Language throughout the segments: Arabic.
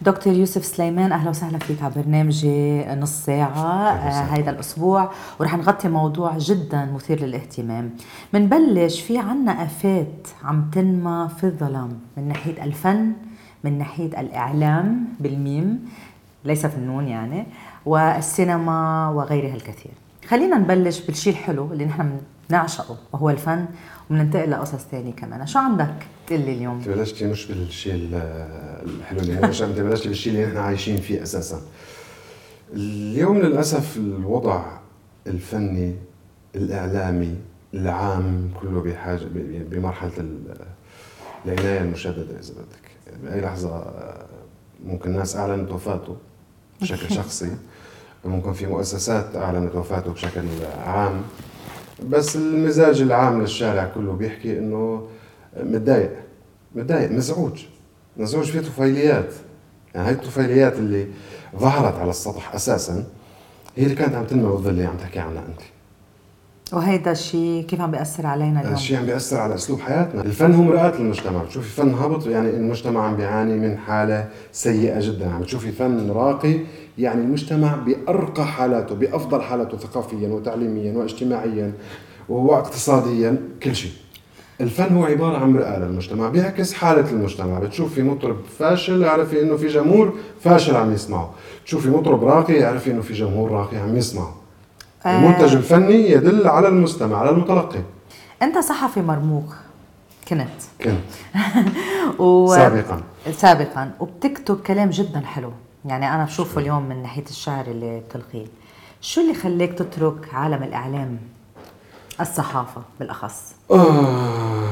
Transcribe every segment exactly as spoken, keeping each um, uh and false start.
دكتور يوسف سليمان، أهلا وسهلا فيك على برنامجي نص ساعة هيدا الأسبوع، ورح نغطي موضوع جدا مثير للاهتمام. منبلش في عنا آفات عم تنمى في الظلام من ناحية الفن، من ناحية الإعلام بالميم ليس في النون يعني، والسينما وغيرها الكثير. خلينا نبلش بالشيء الحلو اللي نحن بنعشقه وهو الفن، وبننتقل لقصص ثانيه كمان. شو عندك تقول لي اليوم؟ انت بلشتي مش بالشيء الحلو اللي مو عشان انت بلشتي بالشيء اللي نحن عايشين فيه اساسا. اليوم للاسف الوضع الفني الاعلامي العام كله بحاجه بمرحله العنايه المشدده اذا بدك. باي لحظه ممكن الناس اعلنت وفاته بشكل شخصي، ممكن في مؤسسات اعلنت وفاته بشكل عام، بس المزاج العام للشارع كله بيحكي انه متضايق متضايق مزعوج مزعوج في طفيليات. يعني هاي الطفيليات اللي ظهرت على السطح اساسا هي اللي كانت عم تنمى بالظل اللي عم تحكي عنها انت. وهيدا الشيء كيف عم بيأثر علينا اليوم؟ الشيء عم بيأثر على اسلوب حياتنا. الفن هو مرآة المجتمع. بتشوفي فن هابط يعني المجتمع عم بيعاني من حاله سيئه جدا. عم بتشوفي فن راقي يعني المجتمع بأرقى حالاته، بأفضل حالاته ثقافيا وتعليميا واجتماعيا واقتصاديا كل شيء. الفن هو عبارة عن مرآة للمجتمع، بيعكس حالة المجتمع. بتشوفي مطرب فاشل اعرفي انه في جمهور فاشل عم يسمعه، تشوفي مطرب راقي اعرفي انه في جمهور راقي عم يسمعه. آه. المنتج الفني يدل على المستمع، على المتلقي. انت صحفي مرموق كنت كنت و... سابقا سابقا وبتكتب كلام جدا حلو، يعني انا بشوفه اليوم من ناحية الشعر اللي بتلقيه. شو اللي خليك تترك عالم الإعلام، الصحافة بالأخص؟ آه.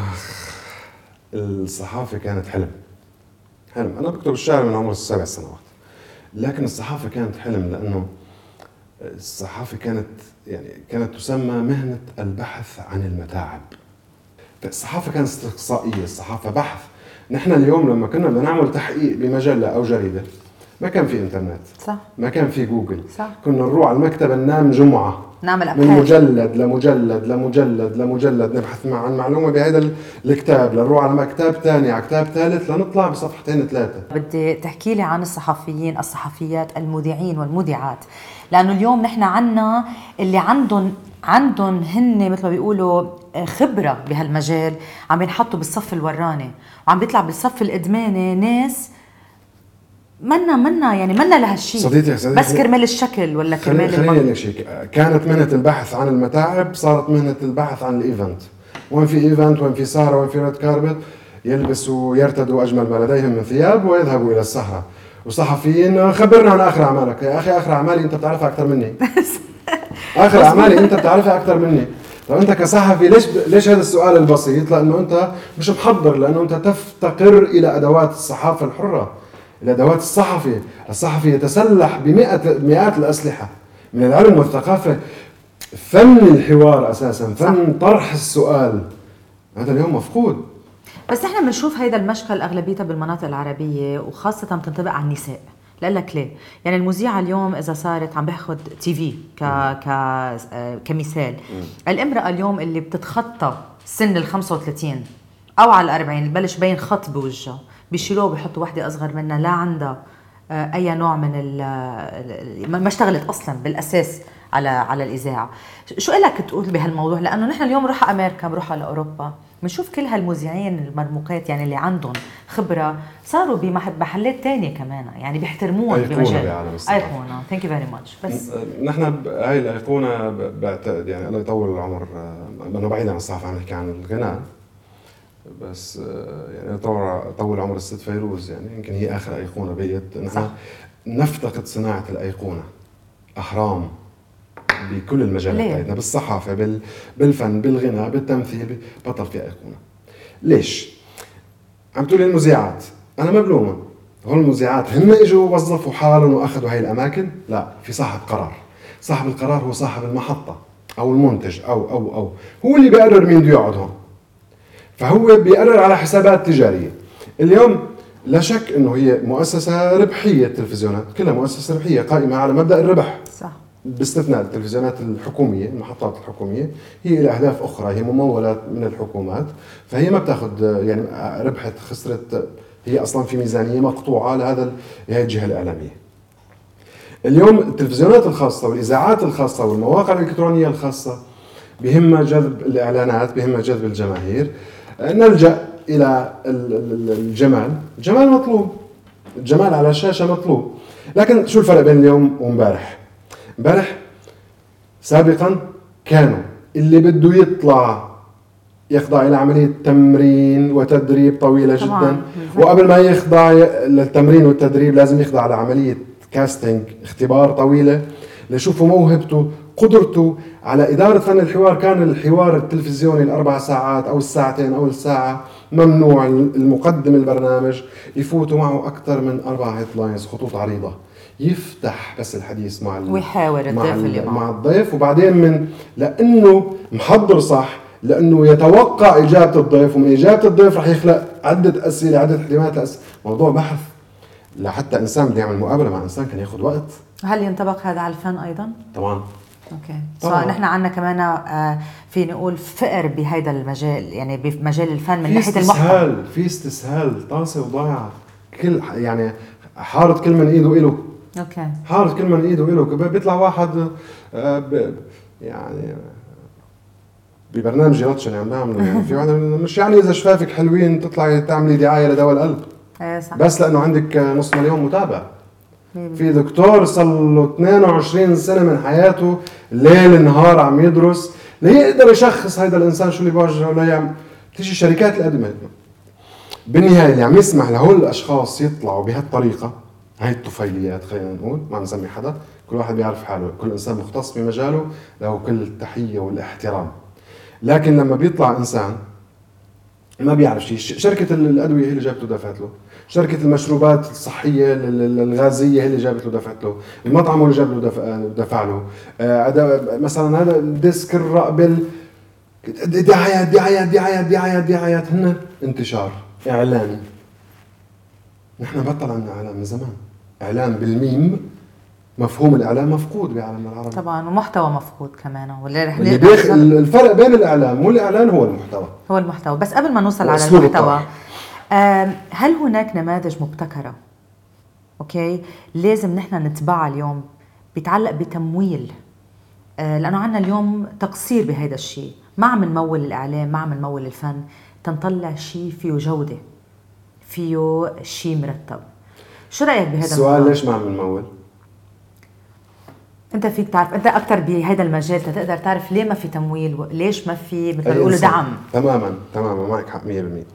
الصحافة كانت حلم حلم أنا بكتب الشعر من عمر السبع سنوات، لكن الصحافة كانت حلم لأنه الصحافة كانت يعني كانت تسمى مهنة البحث عن المتاعب. الصحافة كانت استقصائية، الصحافة بحث. نحن اليوم لما كنا بدنا نعمل تحقيق بمجلة أو جريدة ما كان في إنترنت، صح. ما كان في جوجل، صح. كنا نروح على المكتب ننام جمعة نعمل أبحاث من مجلد لمجلد لمجلد لمجلد نبحث عن معلومة بهذا الكتاب، لنروح على مكتب ثاني على كتاب ثالث لنطلع بصفحتين ثلاثة. بدي تحكي لي عن الصحفيين، الصحفيات، المذيعين والمذيعات، لأنه اليوم نحن عنا اللي عندهم عندهم هن مثل ما بيقولوا خبرة بهالمجال عم ينحطوا بالصف الوراني، وعم بيطلع بالصف الإدماني ناس منا منا يعني منا لهالشيء. صديقتي صديقتي بس كرمال الشكل ولا كرمال خليني خليني لك شيء. كانت مهنة البحث عن المتاعب صارت مهنة البحث عن الايفنت. وين في ايفنت، وين في سهرة، وين في ريد كاربت، يلبسوا يرتدوا اجمل ما لديهم من ثياب ويذهبوا الى السهرة. وصحفيين خبرنا عن اخر اعمالك. يا اخي اخر اعمالي انت بتعرفها اكثر مني. اخر اعمالي انت بتعرفها اكثر مني. طب انت كصحفي ليش ب... ليش هذا السؤال البسيط؟ لانه انت مش محضر، لانه انت تفتقر الى ادوات الصحافة الحرة، الأدوات الصحفي. الصحفي يتسلح بمئة مئات الأسلحة من العلم والثقافة. فن الحوار أساساً، فن طرح السؤال، هذا اليوم مفقود. بس احنا بنشوف هيدا المشكل أغلبيتها بالمناطق العربية، وخاصة بتنطبق على النساء. لقلك ليه؟ يعني المذيعة اليوم إذا صارت عم بياخد تي في ك ك كمثال، الامرأة اليوم اللي بتتخطى سن ال خمسة وثلاثين أو على الأربعين بلش بين خط بوجهها، بيشيلوه بيحطوا وحده اصغر منها، لا عندها اي نوع من ال ما اشتغلت اصلا بالاساس على على الاذاعه. شو لك تقول بهالموضوع؟ لانه نحن اليوم نروح على امريكا، بنروح على اوروبا، بنشوف كل هالمذيعين المرموقات يعني اللي عندهم خبره صاروا بمحلات ثانيه كمان، يعني بيحترموهم بمجال ايقونه. ثانك يو فيري ماتش. بس نحن هاي الايقونه بعتقد يعني الله يطول العمر، انه بعيد عن الصحافه عم نحكي عن الغناء، بس يعني طول طول عمر الست فيروز، يعني يمكن هي اخر ايقونه بقيت. نحن نفتقد صناعه الايقونه، اهرام بكل المجالات تاعتنا، بالصحافه، بال بالفن، بالغناء، بالتمثيل، بطل في ايقونه. ليش؟ عم تقولي المذيعات، انا ما بلومهم، هول المذيعات هم اجوا وظفوا حالهم واخذوا هاي الاماكن؟ لا، في صاحب قرار. صاحب القرار هو صاحب المحطه او المنتج او او او هو اللي بيقرر مين بده يقعد هون، فهو بيقرر على حسابات تجارية. اليوم لا شك انه هي مؤسسة ربحية، التلفزيونات كلها مؤسسة ربحية قائمة على مبدأ الربح، صح، باستثناء التلفزيونات الحكومية، المحطات الحكومية هي إلى أهداف أخرى، هي ممولات من الحكومات، فهي ما بتاخذ يعني ربحت خسرت هي اصلا في ميزانيه مقطوعه لهذا لهي الجهه الاعلاميه. اليوم التلفزيونات الخاصه والاذاعات الخاصه والمواقع الالكترونيه الخاصه بهمها جذب الاعلانات، بهمها جذب الجماهير، نلجا الى الجمال. الجمال مطلوب، الجمال على الشاشه مطلوب، لكن شو الفرق بين اليوم وامبارح؟ امبارح سابقا كانوا اللي بده يطلع يخضع الى عمليه تمرين وتدريب طويله جدا، وقبل ما يخضع للتمرين والتدريب لازم يخضع لعمليه كاستنج، اختبار طويله ليشوفوا موهبته، قدرته على اداره فن الحوار. كان الحوار التلفزيوني الاربع ساعات او الساعتين او الساعه ممنوع المقدم البرنامج يفوتوا معه اكثر من اربع هيدلاينز، خطوط عريضه، يفتح بس الحديث مع ويحاور الضيف اللي معه مع الضيف، وبعدين من لانه محضر صح، لانه يتوقع اجابه الضيف، ومن اجابه الضيف رح يخلق عده اسئله، عده احتمالات لأسئلة. موضوع بحث لحتى انسان بده يعمل مقابله مع انسان كان ياخذ وقت. هل ينطبق هذا على الفن ايضا؟ طبعا. اوكي، فنحن عندنا كمان آه في نقول فقر بهذا المجال، يعني بمجال الفن من ناحيه المحتوى. في استسهال، طاسه وضايعه، كل يعني حارت كل من ايده إله. اوكي، حارت كل من ايده إله. بيطلع واحد آه يعني ببرنامج يلطش اللي عم بعمله، يعني في واحد مش يعني اذا شفافك حلوين تطلعي تعملي دعايه لدواء القلب. ايه صح. بس لانه عندك نص مليون متابع. في دكتور صار له اثنين وعشرين سنه من حياته ليل نهار عم يدرس ليقدر يشخص هذا الانسان شو اللي بوجهه ولا يعمل. تيجي شركات الادويه بالنهايه اللي عم يسمح لهول الاشخاص يطلعوا بهالطريقه، هاي الطفيليات خلينا نقول، ما نسمي حدا، كل واحد بيعرف حاله، كل انسان مختص بمجاله له كل التحيه والاحترام. لكن لما بيطلع انسان ما بيعرف شيء، شركه الادويه هي اللي جابته ودفعت له، شركه المشروبات الصحيه الغازيه هي اللي جابت له ودفعت له، المطعم هو اللي جاب له ودفع له، آه مثلا هذا الديسك الرقبل، دعايات دعايات دعايات دعايات دعايات، هن انتشار اعلاني. نحن بطل عنا اعلان من زمان، اعلان بالميم، مفهوم الاعلام مفقود بعالمنا العربي طبعا، ومحتوى مفقود كمان. واللي رح الفرق بين الاعلام والاعلان هو المحتوى، هو المحتوى. بس قبل ما نوصل على المحتوى، هل هناك نماذج مبتكرة اوكي لازم نحن نتبعها اليوم بيتعلق بتمويل؟ لانه عندنا اليوم تقصير بهذا الشيء، ما عم نمول الاعلام، ما عم نمول الفن تنطلع شيء فيه جوده، فيه شيء مرتب. شو رايك بهذا السؤال؟ الموضوع ليش ما عم نمول؟ انت فيك تعرف، انت اكثر بهذا المجال تقدر تعرف ليه ما في تمويل، ليش ما في مثل ما بيقولوا دعم. تماما تماما معك حق مية بالمية.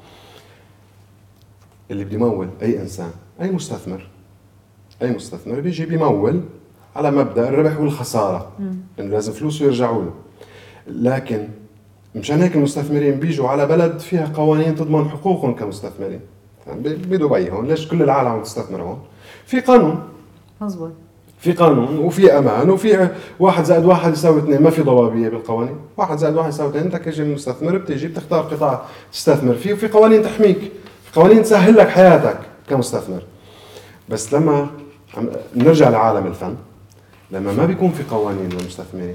اللي بيمول اي انسان، اي مستثمر، اي مستثمر بيجي بيمول على مبدا الربح والخساره، انه لازم فلوسه يرجعوا له. لكن مشان هيك المستثمرين بيجوا على بلد فيها قوانين تضمن حقوقهم كمستثمرين. بدبي هون ليش كل العالم عم تستثمر هون؟ في قانون مزبوط، في قانون وفي امان وفي واحد زائد واحد يساوي اثنين، ما في ضبابيه بالقوانين. واحد زائد واحد يساوي اثنين، انت كجي مستثمر بتيجي بتختار قطاع تستثمر فيه، وفي قوانين تحميك، في قوانين تسهل لك حياتك كمستثمر. بس لما نرجع لعالم الفن، لما ما بيكون في قوانين للمستثمرين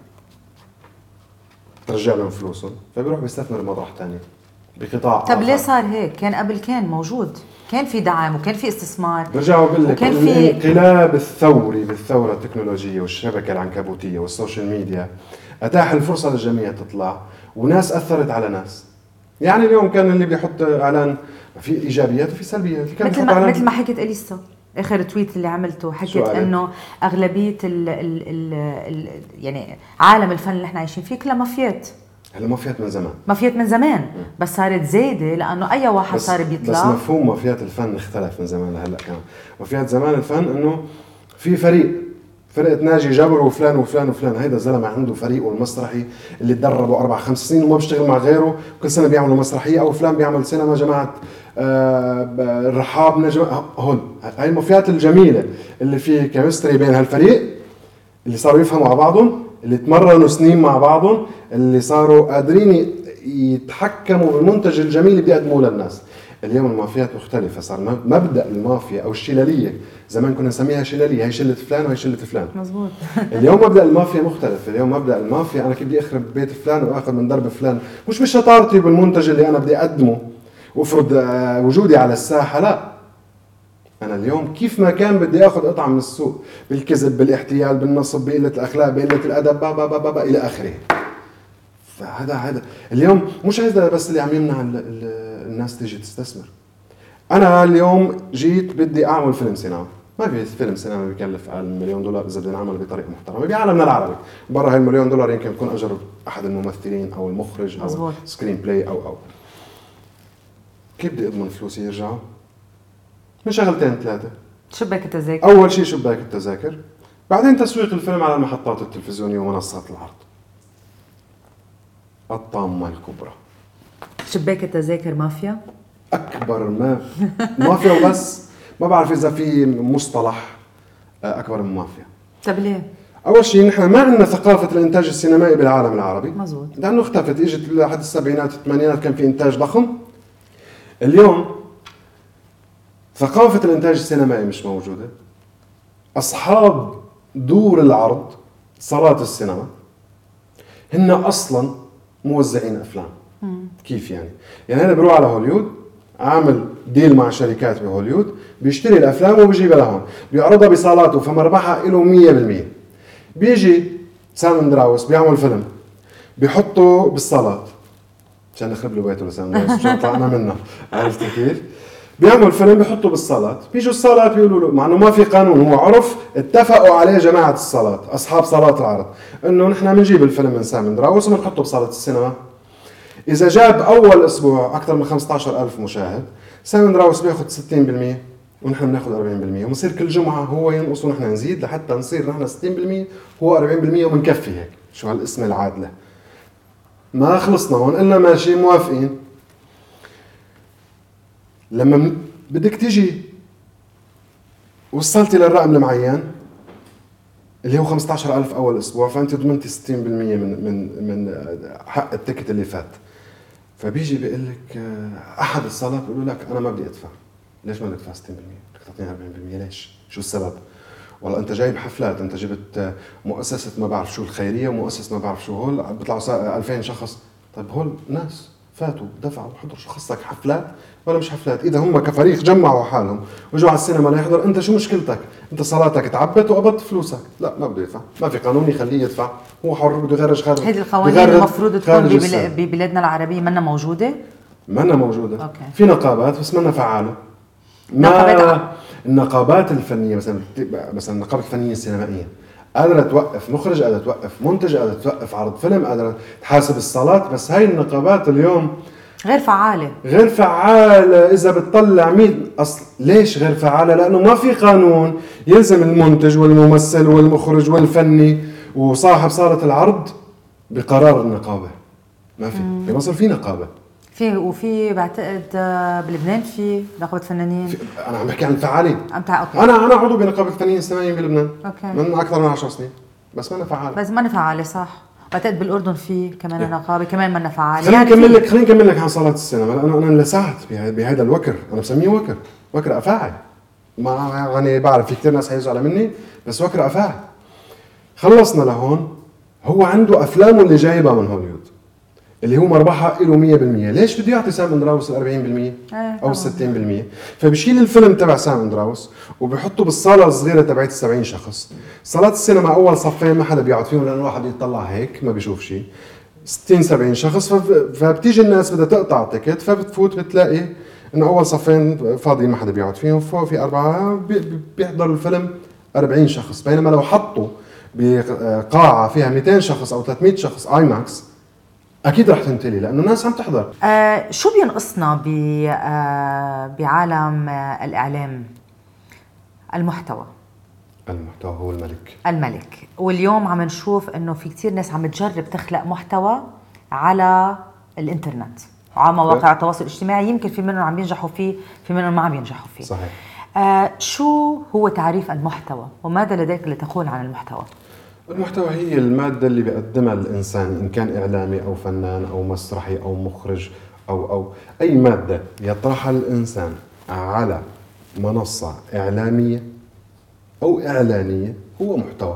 ترجع لهم فلوسهم، فبيروح بيستثمر بمطرح ثاني بقطاع. طب ليه صار هيك؟ كان قبل كان موجود، كان في دعم وكان في استثمار. برجع بقول لك الانقلاب الثوري بالثوره التكنولوجيه والشبكه العنكبوتيه والسوشيال ميديا اتاح الفرصه للجميع تطلع، وناس اثرت على ناس. يعني اليوم كان اللي بيحط اعلان في ايجابيات وفي سلبيات، مثل ما مثل ما حكيت اليسا اخر تويت اللي عملته، حكيت انه اغلبيه ال ال ال ال يعني عالم الفن اللي احنا عايشين فيه كلها مافيات. هلا مافيات من زمان، مافيات من زمان، بس صارت زايده لانه اي واحد صار بيطلع. بس مفهوم مافيات الفن اختلف من زمان لهلا. كمان مافيات زمان الفن انه في فريق، فرقه ناجي جابر وفلان وفلان وفلان، هيدا الزلمه عنده فريقه المسرحي اللي تدربوا اربع خمس سنين وما بيشتغل مع غيره، كل سنه بيعملوا مسرحيه، او فلان بيعمل سينما جماعه آه الرحاب نجم. هون هاي المافيات الجميله اللي في كيمستري بين هالفريق، اللي صاروا يفهموا على بعضهم، اللي تمرنوا سنين مع بعضهم، اللي صاروا قادرين يتحكموا بالمنتج الجميل اللي بيقدموه للناس. اليوم المافيات مختلفة، صار مبدأ المافيا أو الشلالية، زمان كنا نسميها شلالية، هي شلة فلان وهي شلة فلان. مزبوط. اليوم مبدأ المافيا مختلف، اليوم مبدأ المافيا أنا كيف بدي أخرب بيت فلان وآخذ من درب فلان، مش بشطارتي بالمنتج اللي أنا بدي أقدمه، وافرض آه، وجودي على الساحة، لا، أنا اليوم كيف ما كان بدي أخذ قطعة من السوق، بالكذب، بالاحتيال، بالنصب، بقلة الأخلاق، بقلة الأدب، با با با با با إلى آخره. فهذا هذا اليوم مش هذا بس اللي عم يمنع ال ال الناس تيجي تستثمر. أنا اليوم جيت بدي أعمل فيلم سينما، ما في فيلم سينما بيكلف أقل من مليون دولار إذا بدنا نعمل بطريقة محترمة بعالمنا العربي. برا هالمليون دولار يمكن يكون أجر أحد الممثلين أو المخرج أو مزبوط. سكرين بلاي أو أو كيف بدي أضمن فلوسي يرجعوا؟ من شغلتين ثلاثة. شباك التذاكر. أول شيء شباك التذاكر، بعدين تسويق الفيلم على المحطات التلفزيونية ومنصات العرض الطامة الكبرى. شباك التذاكر مافيا؟ أكبر ما مافيا، وبس ما بعرف إذا في مصطلح أكبر من مافيا. طيب ليه؟ أول شيء نحن ما عندنا ثقافة الإنتاج السينمائي بالعالم العربي. مزبوط. لأنه اختفت، إجت لحد السبعينات والثمانينات كان في إنتاج ضخم. اليوم ثقافة الإنتاج السينمائي مش موجودة. أصحاب دور العرض، صالات السينما، هن أصلاً موزعين أفلام. مم. كيف يعني؟ يعني أنا بروح على هوليود، عامل ديل مع شركات بهوليود، بيشتري الأفلام وبيجيبها لهون، بيعرضها بصالاته، فمربحها له مية بالمية. بيجي سام اندراوس بيعمل فيلم، بيحطه بالصالات عشان نخرب له بيته لسام اندراوس عشان طلعنا منه، عرفت كيف؟ بيعمل فيلم بيحطه بالصالات، بيجوا الصالات بيقولوا له، مع انه ما في قانون، هو عرف اتفقوا عليه جماعه الصالات، اصحاب صالات العرض، انه نحن بنجيب الفيلم من سام اندراوس وبنحطه بصاله السينما. اذا جاب اول اسبوع اكثر من خمسة عشر ألف مشاهد، سام اندراوس بياخذ ستين بالمية ونحن بناخذ أربعين بالمية، وبصير كل جمعه هو ينقص ونحن نزيد لحتى نصير نحن ستين بالمية هو أربعين بالمية وبنكفي هيك. شو هالاسم العادله؟ ما خلصنا هون، قلنا ماشي موافقين. لما بدك تيجي وصلتي للرقم المعين اللي هو خمسة عشر ألف أول أسبوع، فأنت ضمنتي ستين بالمية من من من حق التيكت اللي فات. فبيجي بيقول لك أحد الصالات بيقول لك أنا ما بدي أدفع. ليش ما بدك تدفع ستين بالمية؟ بدك تعطيني أربعين بالمية، ليش؟ شو السبب؟ والله أنت جايب حفلات، أنت جبت مؤسسة ما بعرف شو الخيرية ومؤسسة ما بعرف شو هول، بيطلعوا ألفين شخص. طيب هول ناس فاتوا دفعوا حضروا، شو خصك حفلات ولا مش حفلات؟ اذا هم كفريق جمعوا حالهم وجوا على السينما ليحضر، انت شو مشكلتك؟ انت صلاتك تعبت وقبضت فلوسك. لا، ما بده يدفع، ما في قانون يخليه يدفع، هو حر، بده يغرج خارج. هيدي القوانين المفروض تكون ببلادنا العربية منا موجودة؟ منا موجودة. أوكي. في نقابات بس منا فعالة. ما النقابات الفنية مثلا مثلا النقابة الفنية السينمائية قادرة توقف مخرج، قادرة توقف منتج، قادرة توقف عرض فيلم، قادرة تحاسب الصالات، بس هاي النقابات اليوم غير فعالة. غير فعالة. إذا بتطلع مين أصل ليش غير فعالة؟ لأنه ما في قانون يلزم المنتج والممثل والمخرج والفني وصاحب صالة العرض بقرار النقابة. ما في. في مصر في نقابة، في وفي بعتقد بلبنان في نقابة فنانين. أنا عم بحكي عن فعالين. أمتع أوكي. أنا أنا عضو بنقابة الفنانين السينمائيين بلبنان. أوكي. من أكثر من عشر سنين، بس ما أنا فعالة. بس ما أنا فعالة صح. بعتقد بالأردن في كمان إيه. نقابة كمان ما أنا فعالة. خليني يعني أكمل لك خليني أكمل لك عن صالات السينما، لأنه أنا لسعت بهذا الوكر، أنا بسميه وكر، وكر أفاعي. ما يعني بعرف في كثير ناس حيزعلوا مني، بس وكر أفاعي. خلصنا لهون، هو عنده أفلامه اللي جايبها من هوليوود اللي هو مربحها له مية بالمية. ليش بده يعطي سام اندراوس ال أربعين بالمية او ستين بالمية؟ فبشيل الفيلم تبع سام اندراوس وبحطه بالصاله الصغيره تبعت سبعين شخص. صالات السينما اول صفين ما حدا بيقعد فيهم لانه الواحد يطلع هيك ما بيشوف شيء. ستين سبعين شخص، فبتيجي الناس بدها تقطع تيكت، فبتفوت بتلاقي انه اول صفين فاضيين ما حدا بيقعد فيهم، فوق في اربعه بيحضر الفيلم أربعين شخص. بينما لو حطوا بقاعه فيها مئتين شخص او ثلاثمية شخص اي ماكس اكيد رح تمتلي لانه الناس عم تحضر. آه شو بينقصنا ب آه بعالم آه الاعلام؟ المحتوى. المحتوى هو الملك. الملك. واليوم عم نشوف انه في كتير ناس عم تجرب تخلق محتوى على الانترنت وعلى مواقع التواصل الاجتماعي، يمكن في منهم عم ينجحوا فيه، في منهم ما عم ينجحوا فيه. صحيح. آه شو هو تعريف المحتوى وماذا لديك لتقول عن المحتوى؟ المحتوى هي المادة اللي بيقدمها الإنسان، إن كان إعلامي أو فنان أو مسرحي أو مخرج أو أو أي مادة يطرحها الإنسان على منصة إعلامية أو إعلانية هو محتوى.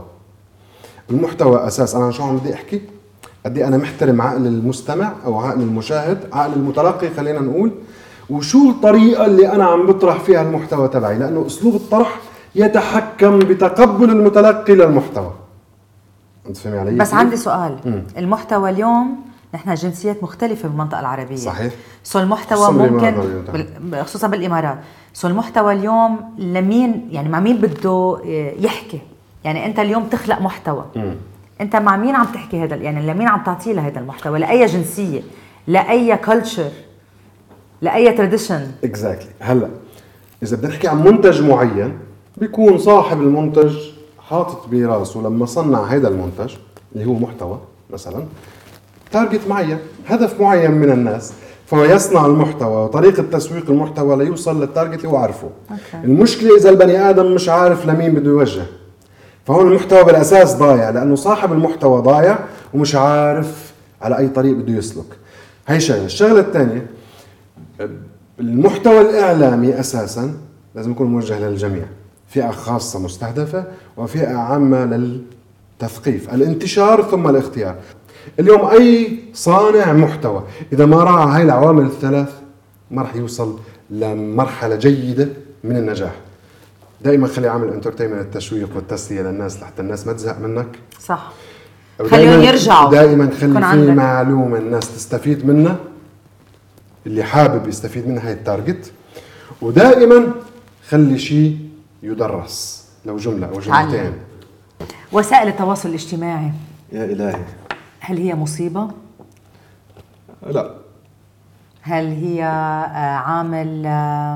المحتوى أساس. أنا شو عم بدي أحكي؟ قدي أنا محترم عقل المستمع أو عقل المشاهد، عقل المتلقي خلينا نقول، وشو الطريقة اللي أنا عم بطرح فيها المحتوى تبعي، لأنه أسلوب الطرح يتحكم بتقبل المتلقي للمحتوى. أنت فهمي علي؟ بس عندي سؤال. مم. المحتوى اليوم نحن جنسيات مختلفة بالمنطقة العربية. صحيح. سو المحتوى ممكن بال... خصوصا بالإمارات. سو المحتوى اليوم لمين يعني مع مين بده يحكي؟ يعني أنت اليوم تخلق محتوى. مم. أنت مع مين عم تحكي هذا؟ يعني لمين عم تعطيه لهذا المحتوى؟ لأي جنسية؟ لأي كلتشر؟ لأي تراديشن؟ اكزاكتلي. هلا إذا بدنا نحكي عن منتج معين بيكون صاحب المنتج حاطط براسه لما صنع هذا المنتج اللي هو محتوى مثلا تارجت معين، هدف معين من الناس، فهو يصنع المحتوى وطريقة تسويق المحتوى ليوصل للتارجت اللي هو عارفه. أوكي. المشكلة إذا البني آدم مش عارف لمين بده يوجه، فهون المحتوى بالأساس ضايع، لأنه صاحب المحتوى ضايع ومش عارف على أي طريق بده يسلك. هاي شغلة. الشغلة الثانية، المحتوى الإعلامي أساساً لازم يكون موجه للجميع، فئة خاصة مستهدفة وفئة عامة للتثقيف، الانتشار ثم الاختيار. اليوم أي صانع محتوى إذا ما راعى هاي العوامل الثلاث ما رح يوصل لمرحلة جيدة من النجاح. دائما خلي عامل انترتينمنت، التشويق والتسلية للناس لحتى الناس ما تزهق منك. صح. خليهم يرجعوا. دائما خلي في معلومة الناس تستفيد منها، اللي حابب يستفيد منها هاي التارجت. ودائما خلي شيء يدرس، لو جملة أو جملتين. وسائل التواصل الاجتماعي يا إلهي، هل هي مصيبة؟ لا. هل هي عامل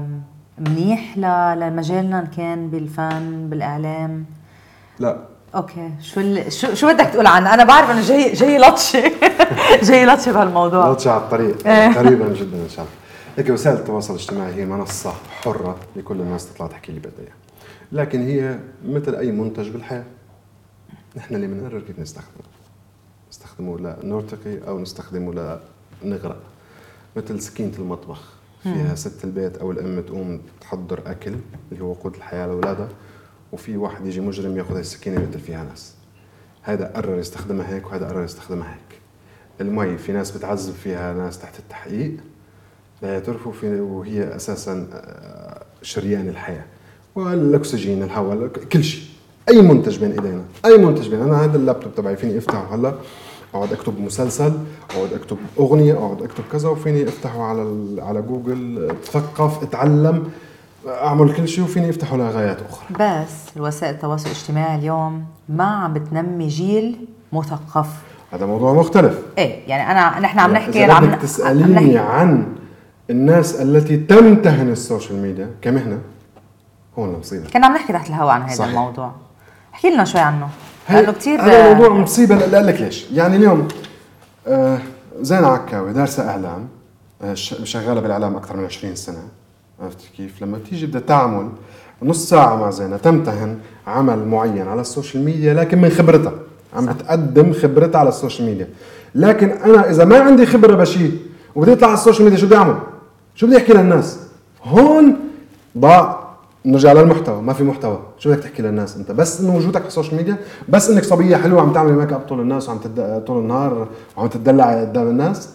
منيح لمجالنا إن كان بالفن بالإعلام؟ لا. اوكي. شو ال... شو شو بدك تقول عنها؟ انا بعرف انه جاي جاي لطشه جاي لطشه بهالموضوع. لطشه على الطريق قريبا جدا ان شاء الله. هيك وسائل التواصل الاجتماعي هي منصه حره لكل الناس تطلع تحكي اللي بدها اياه، لكن هي مثل اي منتج بالحياه، نحن اللي بنقرر كيف نستخدمه، نستخدمه لنرتقي او نستخدمه لنغرق. مثل سكينه المطبخ، فيها ست البيت او الام تقوم تحضر اكل اللي هو وقود الحياه لاولادها، وفي واحد يجي مجرم ياخذ السكينه ويقتل فيها ناس. هذا قرر يستخدمها هيك وهذا قرر يستخدمها هيك. المي في ناس بتعذب فيها ناس تحت التحقيق لا يعترفوا في، وهي اساسا شريان الحياه. والاكسجين، الهواء، كل شيء، اي منتج بين ايدينا، اي منتج بين. انا هذا اللابتوب تبعي فيني افتحه هلا، اقعد اكتب مسلسل، اقعد اكتب اغنيه، اقعد اكتب كذا، وفيني افتحه على على جوجل، اتثقف، اتعلم، اعمل كل شيء، وفيني افتحه لغايات اخرى. بس الوسائل التواصل الاجتماعي اليوم ما عم بتنمي جيل مثقف. هذا موضوع مختلف. ايه يعني انا نحن عم نحكي عم بدك تساليني عن الناس التي تمتهن السوشيال ميديا كمهنه، هون المصيبه. كنا عم نحكي تحت الهواء عن هذا صحيح. الموضوع احكي لنا شوي عنه لانه كثير هذا موضوع مصيبه. لا لك ليش. يعني اليوم آه زينة عكاوي دارسه اعلام، آه شغاله بالاعلام اكثر من عشرين سنه، عرفت كيف؟ لما تيجي بدها تعمل نص ساعة مع زينة تمتهن عمل معين على السوشيال ميديا، لكن من خبرتها عم صح. بتقدم خبرتها على السوشيال ميديا. لكن أنا إذا ما عندي خبرة بشيء وبدي أطلع على السوشيال ميديا، شو بدي أعمل؟ شو بدي أحكي للناس؟ هون ضاع. نرجع للمحتوى، ما في محتوى. شو بدك تحكي للناس أنت؟ بس إنه وجودك على السوشيال ميديا، بس إنك صبية حلوة عم تعمل ميك اب طول الناس وعم تد... طول النهار وعم تدلع قدام الناس.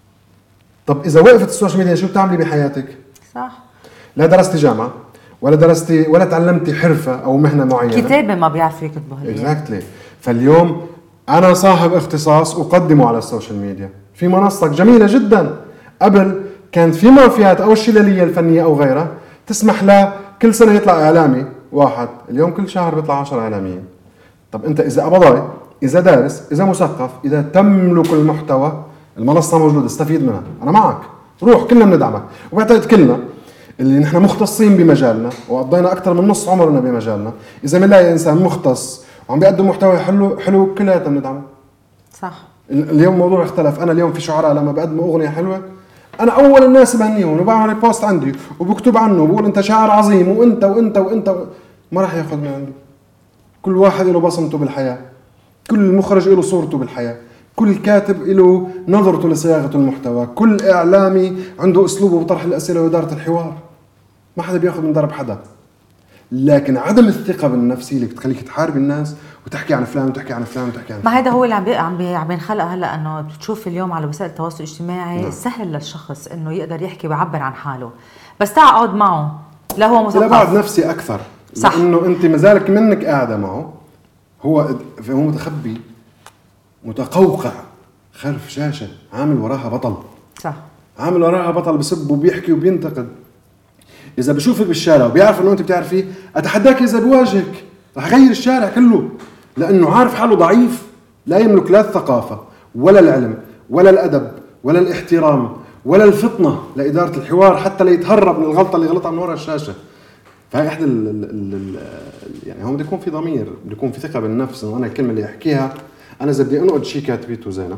طب إذا وقفت السوشيال ميديا شو بتعملي بحياتك؟ صح. لا درستي جامعة ولا درستي ولا تعلمتي حرفة أو مهنة معينة، كتابة ما بيعرف يكتبه. exactly. فاليوم أنا صاحب اختصاص أقدمه على السوشيال ميديا في منصة جميلة جدا. قبل كانت في مافيات أو الشلالية الفنية أو غيرها تسمح له كل سنة يطلع إعلامي واحد، اليوم كل شهر بيطلع عشر إعلاميين. طب أنت إذا قبضاي، إذا دارس، إذا مثقف، إذا تملك المحتوى، المنصة موجودة، استفيد منها. أنا معك، روح، كلنا بندعمك. وبعتقد كلنا اللي نحن مختصين بمجالنا وقضينا أكثر من نص عمرنا بمجالنا، إذا بنلاقي إنسان مختص وعم بيقدم محتوى حلو حلو كلياتنا بندعمه. صح. اليوم الموضوع اختلف. أنا اليوم في شعراء لما بقدموا أغنية حلوة أنا أول الناس بهنيهم وبعمل بوست عندي وبكتب عنه وبقول أنت شاعر عظيم وأنت وأنت وأنت و... ما راح ياخذ من عنده. كل واحد له بصمته بالحياة، كل مخرج له صورته بالحياة، كل كاتب له نظرته لصياغة المحتوى، كل إعلامي عنده أسلوبه بطرح الأسئلة وإدارة الحوار. ما حدا بياخذ من ضرب حدا. لكن عدم الثقه بالنفس هي اللي بتخليك تحارب الناس وتحكي عن فلان وتحكي عن فلان وتحكي عن ما هذا هو اللي عم بي... عم بي... عم ينخلق هلا، انه بتشوف اليوم على وسائل التواصل الاجتماعي نعم. سهل للشخص انه يقدر يحكي ويعبر عن حاله، بس تعال اقعد معه لا هو مثقف لا بعد نفسي اكثر، صح. لانه انت مازالك منك قاعده معه، هو هو متخبي متقوقع خلف شاشه عامل وراها بطل، صح، عامل وراها بطل بسب وبيحكي وبينتقد. اذا بشوفك بالشارع وبيعرف انه انت بتعرفيه، اتحداك اذا بواجهك رح يغير الشارع كله، لانه عارف حاله ضعيف، لا يملك لا الثقافه ولا العلم ولا الادب ولا الاحترام ولا الفطنه لاداره الحوار، حتى ليتهرب من الغلطه اللي غلطها من وراء الشاشه. فهي احدى ال ال ال يعني هون بده يكون في ضمير، بده يكون في ثقه بالنفس، انه انا الكلمه اللي احكيها انا اذا بدي انقد شيء كاتبيته زينه.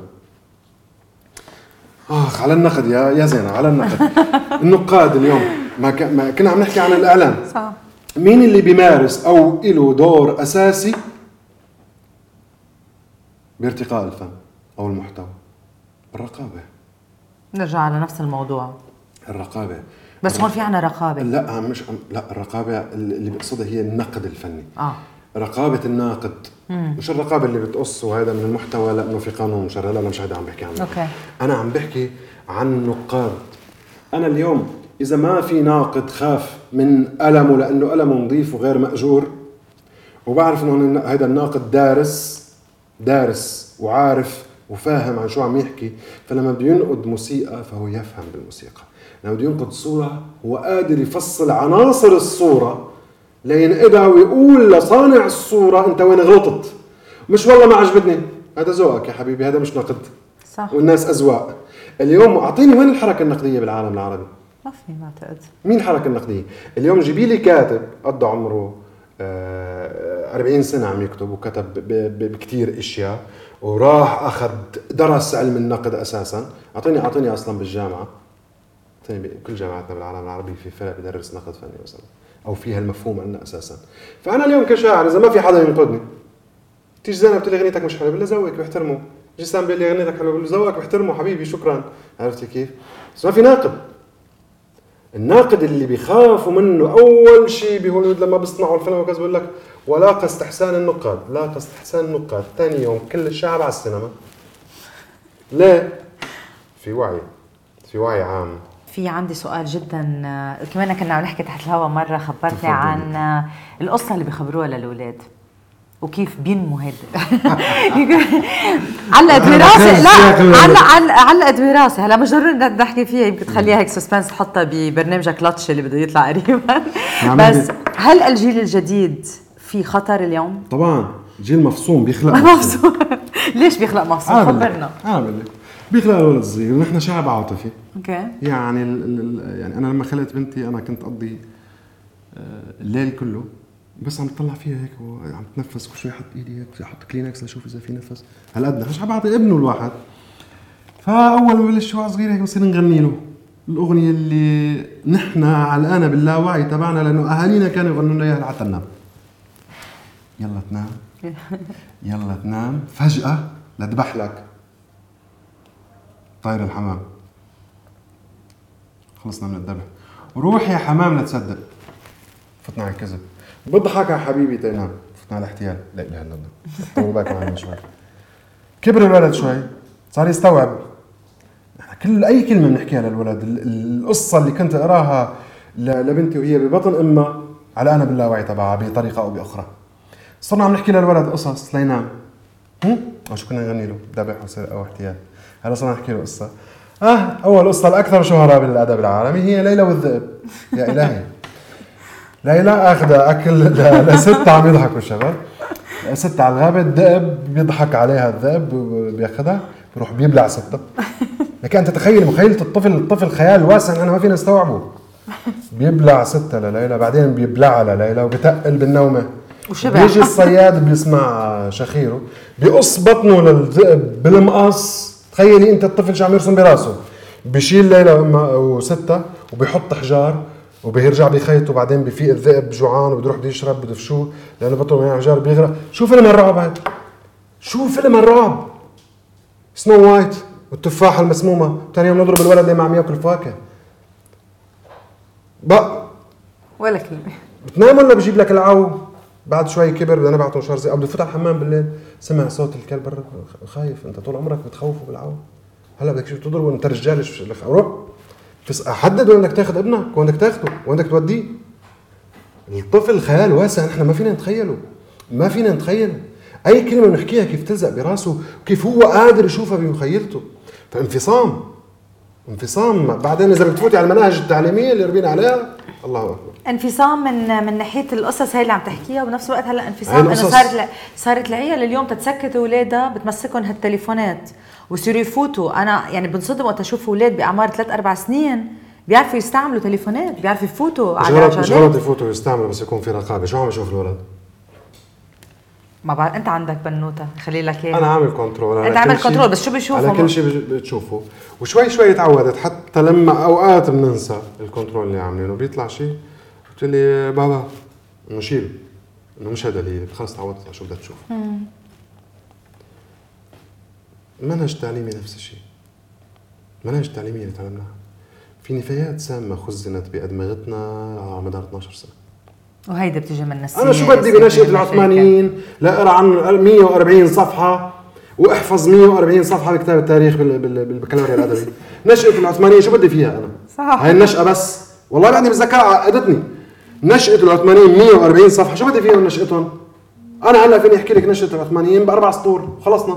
اخ على النقد يا يا زينه، على النقد. النقاد اليوم ما, ك... ما كنا عم نحكي عن الاعلام، صح. مين اللي بيمارس او له دور اساسي بارتقاء الفن او المحتوى؟ الرقابه. نرجع على نفس الموضوع، الرقابه. بس هون في عنا رقابه. لا مش لا الرقابه اللي بقصدها هي النقد الفني. اه رقابه الناقد، مم. مش الرقابه اللي بتقص وهذا من المحتوى لانه في قانون مشرع، لا مش هذا عم بحكي عنه. اوكي. انا عم بحكي عن نقاد. انا اليوم اذا ما في ناقد خاف من ألمه لانه ألمه نظيف وغير مأجور، وبعرف انه هذا الناقد دارس دارس وعارف وفاهم عن شو عم يحكي، فلما بده ينقد موسيقى فهو يفهم بالموسيقى، لما بده ينقد صورة هو قادر يفصل عناصر الصورة لينقدها ويقول لصانع الصورة انت وين غلطت، مش والله ما عجبتني، هذا ذوقك يا حبيبي، هذا مش نقد. صح. والناس أذواق. اليوم اعطيني وين الحركة النقدية بالعالم العربي؟ ما في، ما اعتقد. مين الحركة النقدية؟ اليوم جيبي لي كاتب قضى عمره أربعين سنة عم يكتب وكتب بكتير اشياء وراح اخذ درس علم النقد اساسا، اعطيني اعطيني اصلا بالجامعة، اعطيني بكل جامعاتنا بالعالم العربي في فرق بدرس نقد فني مثلا او فيها المفهوم عندنا اساسا. فانا اليوم كشاعر اذا ما في حدا ينقدني، تيجي زينب بتقول لي غنيتك مش حلوه، بقول ذوقك بحترمه، جي سام بيقول لي غنيتك حلوه، بقول ذوقك بحترمه حبيبي شكرا، عرفتي كيف؟ بس ما في ناقد. الناقد اللي بيخافوا منه اول شيء بهوليوود لما بيصنعوا الفيلم وكذا بيقول لك ولاقى استحسان النقاد، لاقى استحسان النقاد، ثاني يوم كل الشعب على السينما. ليه؟ في وعي، في وعي عام. في عندي سؤال جدا، كمان كنا عم نحكي تحت الهواء مره، خبرتني عن القصه اللي بيخبروها للاولاد وكيف بينموا هيدا. علقت براسي، لا علق علقت براسي، هلا مش ضروري نحكي فيها، يمكن تخليها هيك سسبنس تحطها ببرنامجك لاتش اللي بده يطلع قريبا. بس هل الجيل الجديد في خطر اليوم؟ طبعا جيل مفصوم بيخلق مفصوم. ليش بيخلق مفصوم؟ خبرنا. انا بقول لك بيخلق الولد الصغير، ونحن شعب عاطفي. اوكي. يعني ال يعني انا لما خلقت بنتي انا كنت اقضي الليل كله بس عم تطلع فيها هيك وعم تنفس، كل شوي احط ايدي هيك احط كلينكس لاشوف اذا في نفس، هالقد مش عم بعطي ابنه الواحد. فاول ما بلش شوي صغير هيك بصير نغني له الاغنيه اللي نحن علقانه باللاوعي تبعنا، لانه اهالينا كانوا يغنوا لنا اياها لحتى ننام. يلا تنام يلا تنام، فجاه لذبح لك طاير الحمام، خلصنا من الذبح، روح يا حمام لا تصدق، فتنا على الكذب، بضحك يا حبيبي تنام، فتنا على الاحتيال، لا اله الا الله، طول بالك معنا شوي. كبر الولد شوي صار يستوعب كل اي كلمه بنحكيها للولد. القصه اللي كنت اقراها لبنتي وهي ببطن امها على انا باللاوعي تبعها بطريقه او باخرى، صرنا عم نحكي للولد قصص لينام. هم او شو كنا نغني له؟ ذبح او احتيال. هلا صرنا نحكي له قصه. اه اول قصه الاكثر شهره بالادب العالمي هي ليلى والذئب. يا الهي، ليلى اخذه اكل لست عم يضحكوا الشباب، ست على الغابه، الذئب بيضحك عليها، الذئب بياخذها بيروح بيبلع ستة. لكن انت تخيل مخيله الطفل، الطفل خيال واسع انا ما فينا نستوعبه. بيبلع ستة لليلى، بعدين بيبلعها لليلى وبتقل بالنومه، وشبع. بيجي الصياد بيسمع شخيره بيقص بطنه للذئب بالمقص. تخيلي انت الطفل شو عم يرسم براسه، بيشيل ليلى وستة وبيحط حجار وبيرجع بيخيط، وبعدين بفيق الذئب جوعان وبده يروح بده يشرب بده شو لانه بطنه مليان حجار بيغرق. شو فيلم الرعب هذا؟ شو فيلم الرعب؟ سنو وايت والتفاحه المسمومه، ثاني يوم نضرب الولد اللي ما عم ياكل فواكه. بق ولا كلمه بتنام ولا بجيب لك العو؟ بعد شوي كبر بدنا نبعته مشوار زي او بده يفوت على الحمام بالليل سمع صوت الكلب برا خايف. انت طول عمرك بتخوفه بالعو، هلا بدك تجي تضربه انت رجال. روح حدد وين بدك تاخذ ابنك، وين بدك تاخذه، وين بدك توديه. الطفل خيال واسع نحن ما فينا نتخيله، ما فينا نتخيله. اي كلمه بنحكيها كيف تلزق براسه وكيف هو قادر يشوفها بمخيلته. فانفصام انفصام. بعدين اذا بتفوتي على المناهج التعليميه اللي ربينا عليها الله اكبر، انفصام من من ناحيه القصص هي اللي عم تحكيها، وبنفس الوقت هلا انفصام انه صارت ل... صارت العيال اليوم تتسكت اولادها بتمسكهم هالتليفونات ويصيروا يفوتوا. انا يعني بنصدم وقت اشوف اولاد باعمار ثلاث اربع سنين بيعرفوا يستعملوا تليفونات، بيعرفوا يفوتوا على عجلات. مش غلط يفوتوا ويستعملوا بس يكون في رقابه. شو عم يشوف الولد؟ ما بعرف. انت عندك بنوته خلي لك اياها. انا عامل كنترول. انت عامل كنترول بس شو بيشوفوا؟ على كل شيء بتشوفه وشوي شوي تعودت. حتى لما اوقات بننسى الكنترول اللي عاملينه بيطلع شيء قلت لي بابا انه شيله، انه مش هذا اللي خلص تعودت على شو بدها تشوف. المنهج التعليمي نفس الشيء. المناهج التعليميه اللي تعلمناها في نفايات سامه خزنت بادمغتنا على مدار اثنعش سنه، وهيدا بتيجي من السياسه. انا شو بدي بنشأة العثمانيين لا اقرا عن مية وأربعين صفحه واحفظ مية وأربعين صفحه بكتاب التاريخ بالبكالوريا الادبي. نشأة العثمانيين شو بدي فيها انا؟ صح. هاي النشأة بس والله بعدني بالذكاء عقدتني. نشأة العثمانيين مية وأربعين صفحه شو بدي فيهم نشأتهم؟ انا هلا فيني احكي لك نشأة العثمانيين باربع سطور وخلصنا.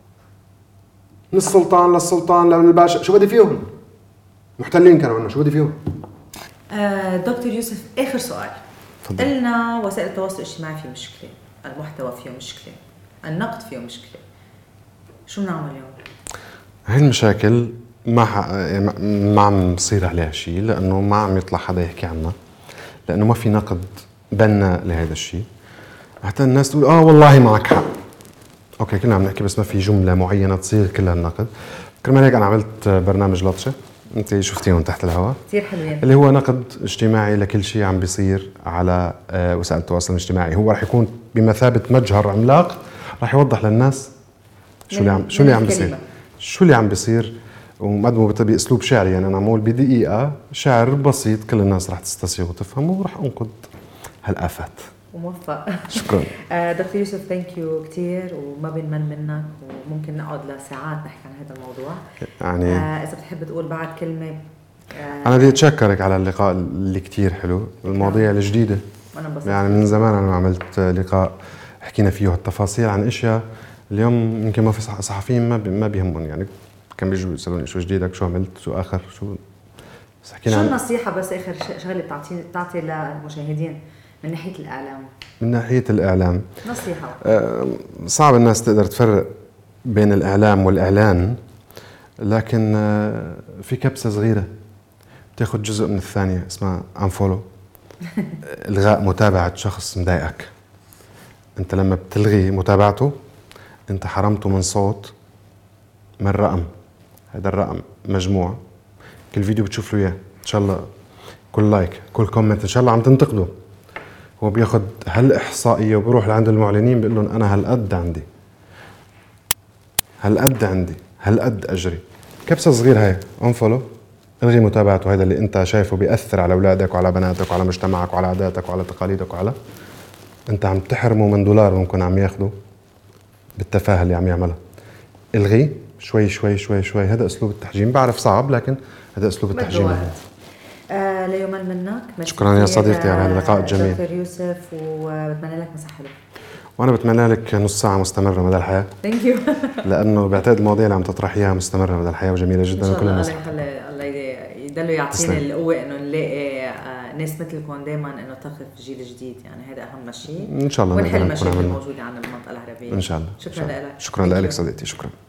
من السلطان للسلطان للباشا شو بدي فيهم؟ محتلين كانوا عنا شو بدي فيهم؟ آه دكتور يوسف اخر سؤال. قلنا وسائل التواصل الاجتماعي فيه مشكله، المحتوى فيه مشكله، النقد فيه مشكله، شو بنعمل اليوم؟ هاي المشاكل ما ح... ما عم نصير عليها شيء لانه ما عم يطلع حدا يحكي عنها، لانه ما في نقد بناء لهذا الشيء. حتى الناس تقول اه والله معك حق. اوكي كلنا عم نحكي بس ما في جمله معينه تصير كلها النقد. كرمال هيك انا عملت برنامج لطشه انت شفتيهم تحت الهواء كثير حلوين، اللي هو نقد اجتماعي لكل شيء عم بيصير على وسائل التواصل الاجتماعي. هو رح يكون بمثابه مجهر عملاق رح يوضح للناس شو اللي عم شو اللي عم بيصير شو اللي عم بيصير ومقدمه باسلوب شعري. يعني انا معمول بدقيقه شعر بسيط كل الناس رح تستسيغ وتفهمه ورح انقد هالافات. وموفق. شكرا. دكتور يوسف ثانك يو كثير وما بنمل منك وممكن نقعد لساعات نحكي عن هذا الموضوع. يعني آه اذا بتحب تقول بعد كلمه. آه انا بدي اتشكرك على اللقاء اللي كثير حلو، المواضيع الجديده. انا انبسطت. يعني من زمان انا عملت لقاء حكينا فيه التفاصيل عن اشياء اليوم يمكن ما في صحفيين ما ما بيهمهم. يعني كان بيجوا يسالوني شو جديدك شو عملت شو اخر شو بس حكينا. شو النصيحه بس اخر شغله بتعطي بتعطي للمشاهدين من ناحيه الاعلام؟ من ناحيه الاعلام نصيحه. آه صعب الناس تقدر تفرق بين الاعلام والاعلان، لكن آه في كبسه صغيره بتاخذ جزء من الثانيه اسمها انفولو. الغاء متابعه شخص مضايقك. انت لما بتلغي متابعته انت حرمته من صوت، من رقم. هذا الرقم مجموع كل فيديو بتشوف له اياه ان شاء الله، كل لايك كل كومنت ان شاء الله عم تنتقده. هو بياخذ هالاحصائيه وبروح لعند المعلنين بيقول لهم انا هالقد عندي هالقد عندي هالقد اجري. كبسه صغيره هاي انفولو، الغي متابعته. هذا اللي انت شايفه بيأثر على اولادك وعلى بناتك وعلى مجتمعك وعلى عاداتك وعلى تقاليدك وعلى انت عم تحرمه من دولار ممكن عم ياخده بالتفاهه اللي عم يعملها. الغي شوي شوي شوي شوي. هذا اسلوب التحجيم، بعرف صعب لكن هذا اسلوب التحجيم. آه لا يمل منك. شكرا يا صديقتي على هذا اللقاء الجميل دكتور يوسف، وبتمنى لك مساء حلو. وانا بتمنى لك نص ساعه مستمره مدى الحياه. ثانك يو. لانه بعتقد المواضيع اللي عم تطرحيها مستمره مدى الحياه وجميله جدا وكل الناس. الله يخلي الله يضل يعطينا القوه انه نلاقي ناس مثلكم دائما انه تاخذ جيل جديد. يعني هذا اهم شيء ان شاء الله ونحل المشاكل الموجوده عندنا بالمنطقه العربيه ان شاء الله. شكرا لك. شكرا لك صديقتي. شكرا.